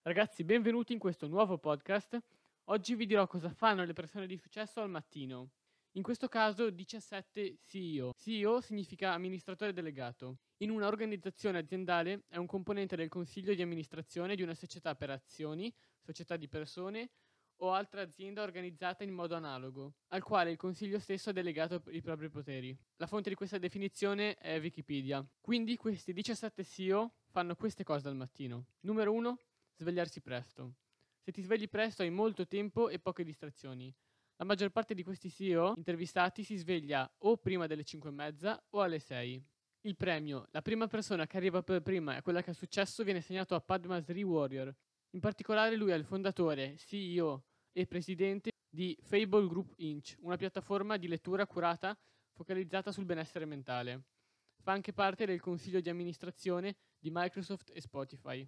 Ragazzi, benvenuti in questo nuovo podcast. Oggi vi dirò cosa fanno le persone di successo al mattino. In questo caso 17 CEO. CEO significa amministratore delegato. In una organizzazione aziendale è un componente del consiglio di amministrazione di una società per azioni, società di persone o altra azienda organizzata in modo analogo, al quale il consiglio stesso ha delegato i propri poteri. La fonte di questa definizione è Wikipedia. Quindi questi 17 CEO fanno queste cose al mattino. Numero 1. Svegliarsi presto. Se ti svegli presto hai molto tempo e poche distrazioni. La maggior parte di questi CEO intervistati si sveglia o prima delle 5:30 o alle 6. Il premio, la prima persona che arriva per prima e quella che ha successo, viene assegnato a Padmasree Warrior. In particolare lui è il fondatore, CEO e presidente di Fable Group Inc., una piattaforma di lettura curata focalizzata sul benessere mentale. Fa anche parte del consiglio di amministrazione di Microsoft e Spotify.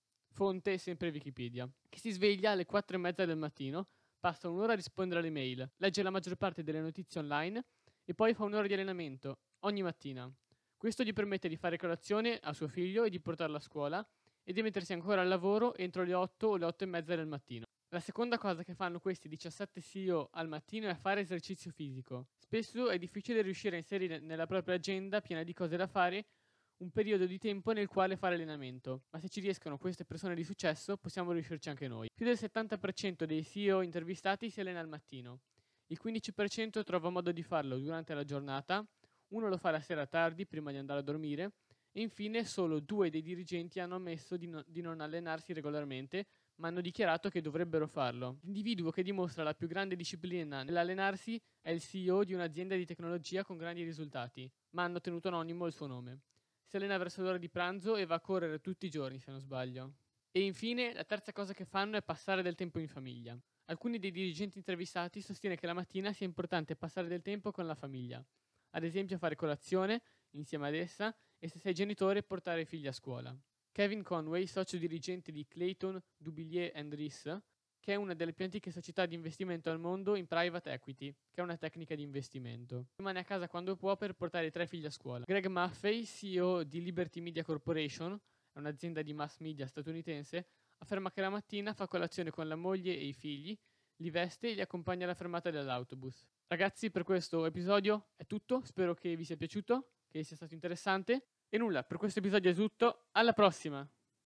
Fonte sempre Wikipedia. Chi si sveglia alle 4:30 del mattino, passa un'ora a rispondere alle mail, legge la maggior parte delle notizie online e poi fa un'ora di allenamento ogni mattina. Questo gli permette di fare colazione a suo figlio e di portarlo a scuola e di mettersi ancora al lavoro entro le 8 o le 8:30 del mattino. La seconda cosa che fanno questi 17 CEO al mattino è fare esercizio fisico. Spesso è difficile riuscire a inserire nella propria agenda piena di cose da fare un periodo di tempo nel quale fare allenamento, ma se ci riescono queste persone di successo possiamo riuscirci anche noi. Più del 70% dei CEO intervistati si allena al mattino, il 15% trova modo di farlo durante la giornata, uno lo fa la sera tardi prima di andare a dormire e infine solo 2 dei dirigenti hanno ammesso di non allenarsi regolarmente, ma hanno dichiarato che dovrebbero farlo. L'individuo che dimostra la più grande disciplina nell'allenarsi è il CEO di un'azienda di tecnologia con grandi risultati, ma hanno tenuto anonimo il suo nome. Si allena verso l'ora di pranzo e va a correre tutti i giorni, se non sbaglio. E infine, la terza cosa che fanno è passare del tempo in famiglia. Alcuni dei dirigenti intervistati sostiene che la mattina sia importante passare del tempo con la famiglia. Ad esempio fare colazione insieme ad essa e se sei genitore portare i figli a scuola. Kevin Conway, socio dirigente di Clayton, Dubilier Rees, che è una delle più antiche società di investimento al mondo in private equity, che è una tecnica di investimento. Rimane a casa quando può per portare i 3 figli a scuola. Greg Maffei, CEO di Liberty Media Corporation, è un'azienda di mass media statunitense, afferma che la mattina fa colazione con la moglie e i figli, li veste e li accompagna alla fermata dell'autobus. Ragazzi, per questo episodio è tutto, spero che vi sia piaciuto, che sia stato interessante. E nulla, per questo episodio è tutto, alla prossima!